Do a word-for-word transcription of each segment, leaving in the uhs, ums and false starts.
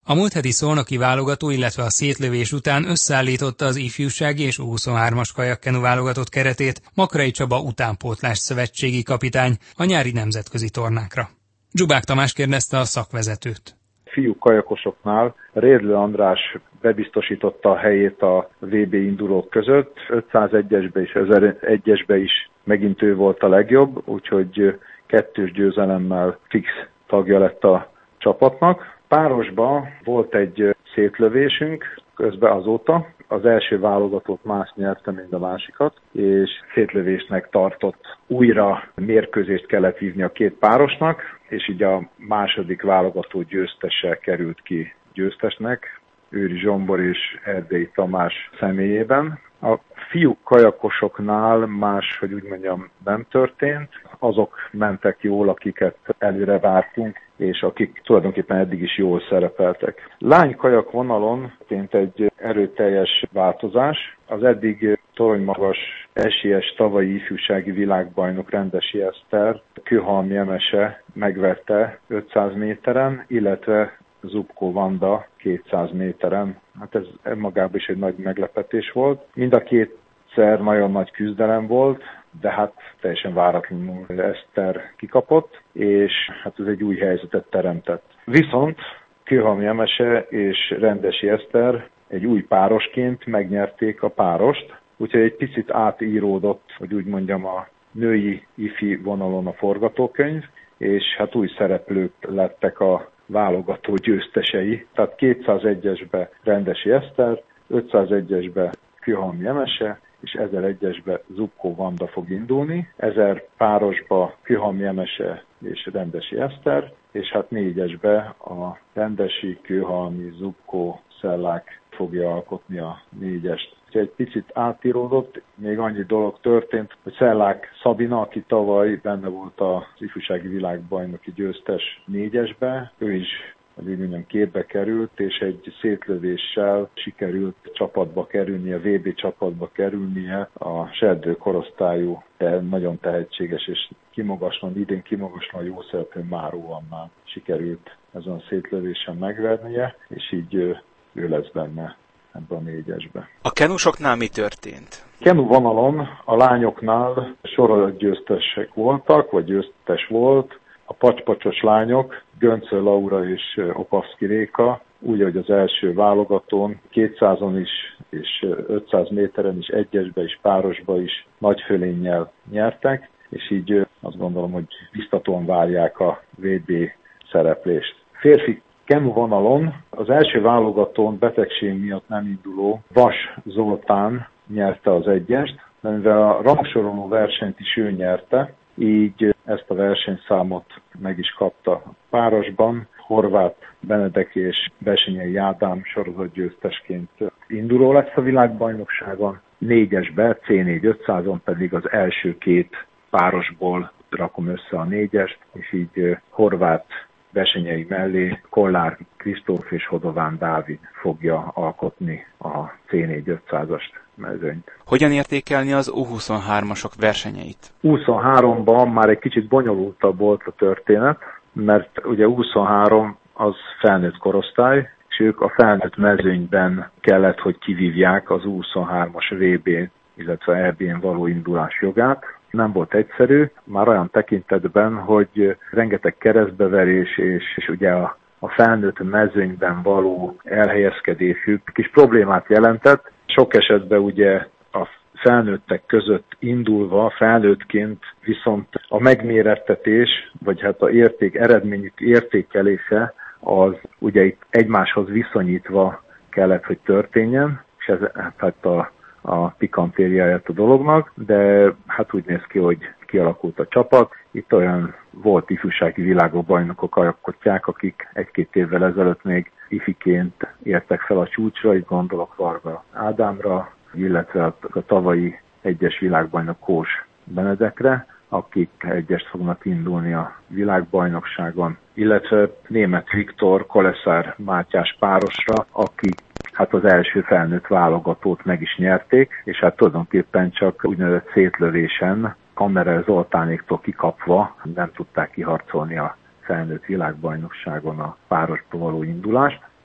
A múlt heti szolnoki válogató, illetve a szétlövés után összeállította az ifjúsági és U huszonhármas kajakkenu válogatott keretét Makrai Csaba utánpótlás szövetségi kapitány a nyári nemzetközi tornákra. Zsubák Tamás kérdezte a szakvezetőt. Fiúk kajakosoknál Rédlő András bebiztosította a helyét a vé bé indulók között. ötszázegyesbe és ezeregyesbe is megint ő volt a legjobb, úgyhogy kettős győzelemmel fix tagja lett a csapatnak. Párosban volt egy szétlövésünk közben azóta. Az első válogatót más nyerte, mint a másikat, és szétlövésnek tartott újra mérkőzést kellett vívni a két párosnak, és így a második válogató győztese került ki győztesnek, Őri Zsombor és Erdélyi Tamás személyében. A fiúk kajakosoknál más, hogy úgy mondjam, nem történt. Azok mentek jól, akiket előre vártunk, és akik tulajdonképpen eddig is jól szerepeltek. Lány kajak vonalon történt egy erőteljes változás. Az eddig toronymagas es i es tavalyi ifjúsági világbajnok Rendesi Eszter Kőhalmi Emese megverte ötszáz méteren, illetve Zubko Vanda kétszáz méteren. Hát ez magában is egy nagy meglepetés volt. Mind a kétszer nagyon nagy küzdelem volt, de hát teljesen váratlanul Eszter kikapott, és hát ez egy új helyzetet teremtett. Viszont Kőhalmi Emese és Rendesi Eszter egy új párosként megnyerték a párost, úgyhogy egy picit átíródott, hogy úgy mondjam, a női ifi vonalon a forgatókönyv, és hát új szereplők lettek a válogató győztesei. Tehát kétszázegyesbe Rendesi Eszter, ötszázegyesbe Kőhalmi Emese, és ezeregyesbe Zubko Vanda fog indulni. Ezer párosba Kőhalmi Emese és Rendesi Eszter, és hát négyesbe a Rendesi, Kőhalmi, Zubko, Szellák fogja alkotni a négyest. Egy picit átíródott, még annyi dolog történt, hogy Szellák Szabina, aki tavaly benne volt az ifjúsági világbajnoki győztes négyesbe, ő is, hogy úgy mondjam, képbe került, és egy szétlövéssel sikerült csapatba kerülnie, a vé bé csapatba kerülnie a serdő korosztályú, de nagyon tehetséges és kimagaslan, idén kimagaslan jó szereplő Máró Annál sikerült ezen a szétlövésen megvernie, és így ő lesz benne ebbe a négyesbe. A kenusoknál mi történt? Kenu vonalon a lányoknál sorozatgyőztesek voltak, vagy győztes volt. A pacspacsos lányok, Göncöl Laura és Opaszki Réka, úgy, hogy az első válogatón kétszázon is és ötszáz méteren is, egyesbe is, párosba is nagy fölénnyel nyertek, és így azt gondolom, hogy biztatóan várják a vé bé szereplést. Férfi kenu vonalon az első válogatón betegség miatt nem induló Vas Zoltán nyerte az egyest, de mivel a rangsoroló versenyt is ő nyerte, így ezt a versenyszámot meg is kapta a párosban. Horváth Benedek és Besenyei Ádám sorozatgyőztesként induló lesz a világbajnokságon. Négyesbe, cé négy ötszázon pedig az első két párosból rakom össze a négyest, és így Horváth Besenyei mellé Kollár Kristóf és Hodován Dávid fogja alkotni a cé négy ötszázast mezőnyt. Hogyan értékelni az U huszonhármasok versenyeit? U huszonháromban már egy kicsit bonyolultabb volt a történet, mert ugye U huszonhárom az felnőtt korosztály, és ők a felnőtt mezőnyben kellett, hogy kivívják az U huszonhármas vé bé, illetve é bén való indulás jogát. Nem volt egyszerű, már olyan tekintetben, hogy rengeteg keresztbeverés és, és ugye a, a felnőtt mezőnyben való elhelyezkedésük kis problémát jelentett. Sok esetben ugye a felnőttek között indulva, felnőttként viszont a megmérettetés, vagy hát a érték, eredményük értékelése az ugye itt egymáshoz viszonyítva kellett, hogy történjen, és ez hát a a pikantériáját a dolognak, de hát úgy néz ki, hogy kialakult a csapat. Itt olyan volt ifjúsági világok bajnokok alkotják, akik egy-két évvel ezelőtt még ifiként értek fel a csúcsra, itt gondolok Varga Ádámra, illetve a tavalyi egyes világbajnok Kós Benedekre, akik egyest fognak indulni a világbajnokságon, illetve Németh Viktor, Koleszár Mátyás párosra, akik hát az első felnőtt válogatót meg is nyerték, és hát tulajdonképpen csak úgynevezett szétlövésen Kammerer Zoltánéktól kikapva nem tudták kiharcolni a felnőtt világbajnokságon a párosba való indulást.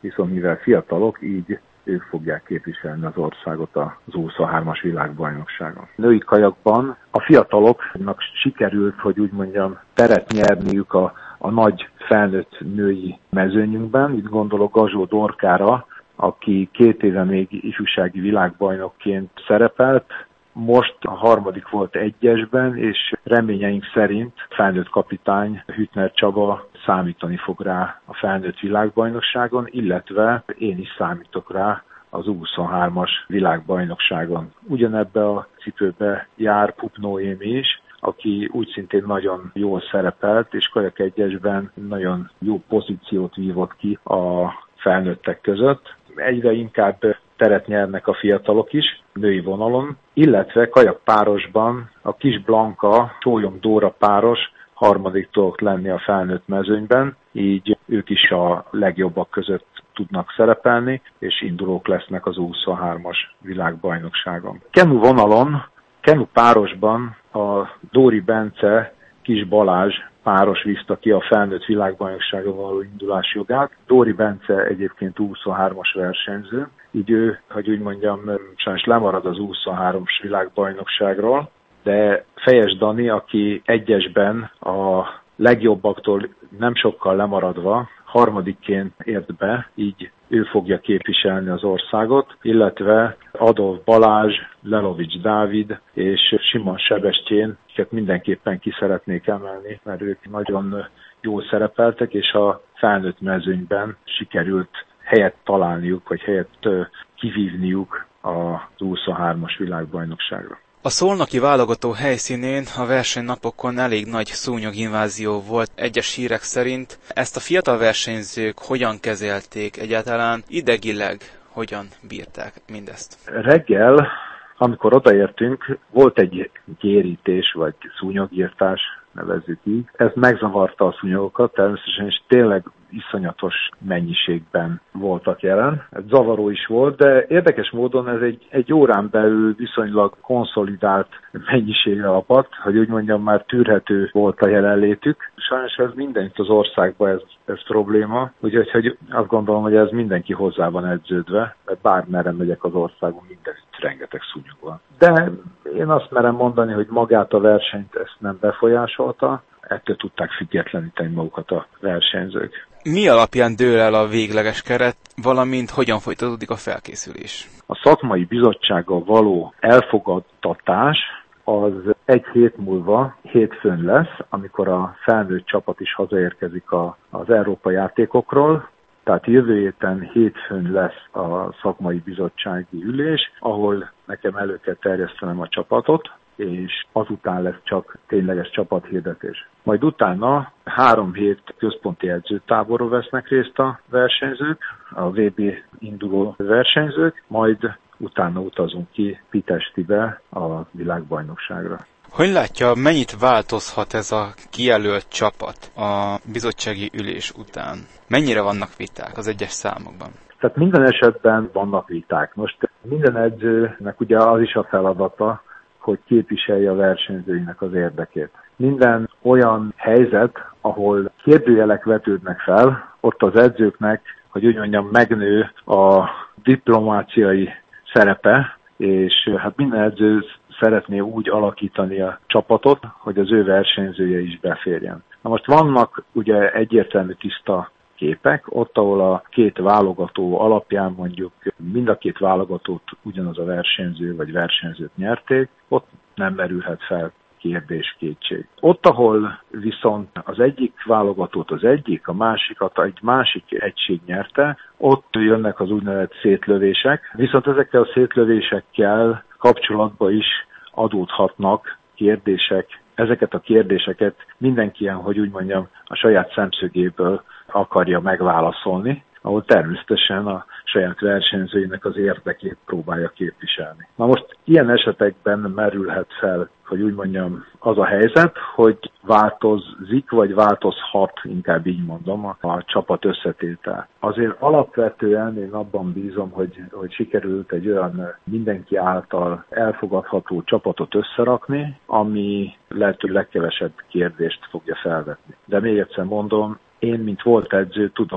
viszont mivel fiatalok, így ők fogják képviselni az országot az U huszonhármas világbajnokságon. Női kajakban a fiataloknak sikerült, hogy úgy mondjam, teret nyerniük a, a nagy felnőtt női mezőnyünkben. Itt gondolok Gazsó Dorkára, aki két éve még ifjúsági világbajnokként szerepelt. Most a harmadik volt egyesben, és reményeink szerint felnőtt kapitány Hüttner Csaba számítani fog rá a felnőtt világbajnokságon, illetve én is számítok rá az U huszonhármas világbajnokságon. Ugyanebbe a cipőbe jár Pup Noémi is, aki úgy szintén nagyon jól szerepelt, és kajak egyesben nagyon jó pozíciót vívott ki a felnőttek között. Egyre inkább teret nyernek a fiatalok is, női vonalon, illetve kajakpárosban a Kis Blanka, Sólyom Dóra páros harmadik tudott lenni a felnőtt mezőnyben, így ők is a legjobbak között tudnak szerepelni, és indulók lesznek az U huszonhármas világbajnokságon. Kenu vonalon, kenu párosban a Dóri Bence, Kis Balázs páros viszta ki a felnőtt világbajnokságon való indulás jogát. Dóri Bence egyébként U huszonhármas versenyző, így ő, hogy úgy mondjam, sajnos lemarad az U huszonhármas világbajnokságról, de Fejes Dani, aki egyesben a legjobbaktól nem sokkal lemaradva, harmadikként ért be, így ő fogja képviselni az országot, illetve Adolf Balázs, Lelovics Dávid és Simon Sebestyén, akiket mindenképpen ki szeretnék emelni, mert ők nagyon jól szerepeltek, és a felnőtt mezőnyben sikerült helyet találniuk, vagy helyet kivívniuk az U huszonhármas világbajnokságra. A szolnoki válogató helyszínén a versenynapokon elég nagy szúnyoginvázió volt egyes hírek szerint. Ezt a fiatal versenyzők hogyan kezelték egyáltalán, idegileg hogyan bírták mindezt? Reggel, amikor odaértünk, volt egy gérítés vagy szúnyogírtás, nevezzük így. Ez megzavarta a szúnyogokat természetesen, és tényleg iszonyatos mennyiségben voltak jelen. Ez zavaró is volt, de érdekes módon ez egy, egy órán belül viszonylag konszolidált mennyiségre apadt, hogy úgy mondjam, már tűrhető volt a jelenlétük. Sajnos ez mindenütt az országban ez, ez probléma, úgyhogy hogy azt gondolom, hogy ez mindenki hozzá van edződve, mert bármerre megyek az országon, mindenütt rengeteg szúnyog van. De én azt merem mondani, hogy magát a versenyt ezt nem befolyásolta, ettől tudták függetleníteni magukat a versenyzők. Mi alapján dől el a végleges keret, valamint hogyan folytatódik a felkészülés? A szakmai bizottsággal való elfogadtatás az egy hét múlva hétfőn lesz, amikor a felnőtt csapat is hazaérkezik a, az Európai játékokról. Tehát jövő héten hétfőn lesz a szakmai bizottsági ülés, ahol nekem elő kell terjesztenem a csapatot, és azután lesz csak tényleges csapathirdetés. Majd utána három hét központi edzőtáborról vesznek részt a versenyzők, a vé bé induló versenyzők, majd utána utazunk ki Pitestibe a világbajnokságra. Hogy látja, mennyit változhat ez a kijelölt csapat a bizottsági ülés után? Mennyire vannak viták az egyes számokban? Tehát minden esetben vannak viták. Most minden edzőnek ugye az is a feladata, hogy képviselje a versenyzőinek az érdekét. Minden olyan helyzet, ahol kérdőjelek vetődnek fel, ott az edzőknek, hogy úgy mondjam, megnő a diplomáciai szerepe, és hát minden edző szeretné úgy alakítani a csapatot, hogy az ő versenyzője is beférjen. Na most vannak ugye egyértelmű tiszta képek, ott, ahol a két válogató alapján mondjuk mind a két válogatót ugyanaz a versenyző vagy versenyzőt nyerték, ott nem merülhet fel kérdés, kétség. Ott, ahol viszont az egyik válogatót az egyik, a másikat egy másik egység nyerte, ott jönnek az úgynevezett szétlövések, viszont ezekkel a szétlövésekkel kapcsolatban is adódhatnak kérdések. Ezeket a kérdéseket mindenki ilyen, hogy úgy mondjam, a saját szemszögéből akarja megválaszolni, ahol természetesen a saját versenyzőinek az érdekét próbálja képviselni. Na most ilyen esetekben merülhet fel, hogy úgy mondjam, az a helyzet, hogy változik, vagy változhat, inkább így mondom, a, a csapat összetétel. Azért alapvetően én abban bízom, hogy, hogy sikerült egy olyan mindenki által elfogadható csapatot összerakni, ami lehető legkevesebb kérdést fogja felvetni. De még egyszer mondom, én, mint volt edző, tudom,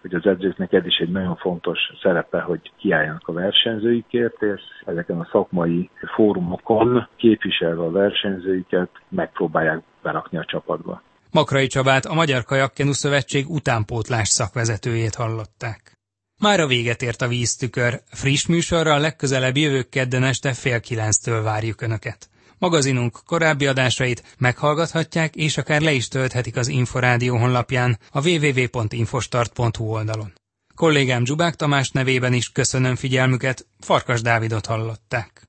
hogy az edzőknek ez is egy nagyon fontos szerepe, hogy kiálljanak a versenyzőikért, és ezeken a szakmai fórumokon képviselve a versenyzőiket megpróbálják berakni a csapatba. Makrai Csabát, a Magyar Kajakkenu Szövetség utánpótlás szakvezetőjét hallották. Mára véget ért a Víztükör. Friss műsorral legközelebb jövő kedden este fél kilenctől várjuk Önöket. Magazinunk korábbi adásait meghallgathatják, és akár le is tölthetik az Inforádió honlapján, a double-u double-u double-u pont infostart pont hu oldalon. Kollégám Zsubák Tamás nevében is köszönöm figyelmüket, Farkas Dávidot hallották.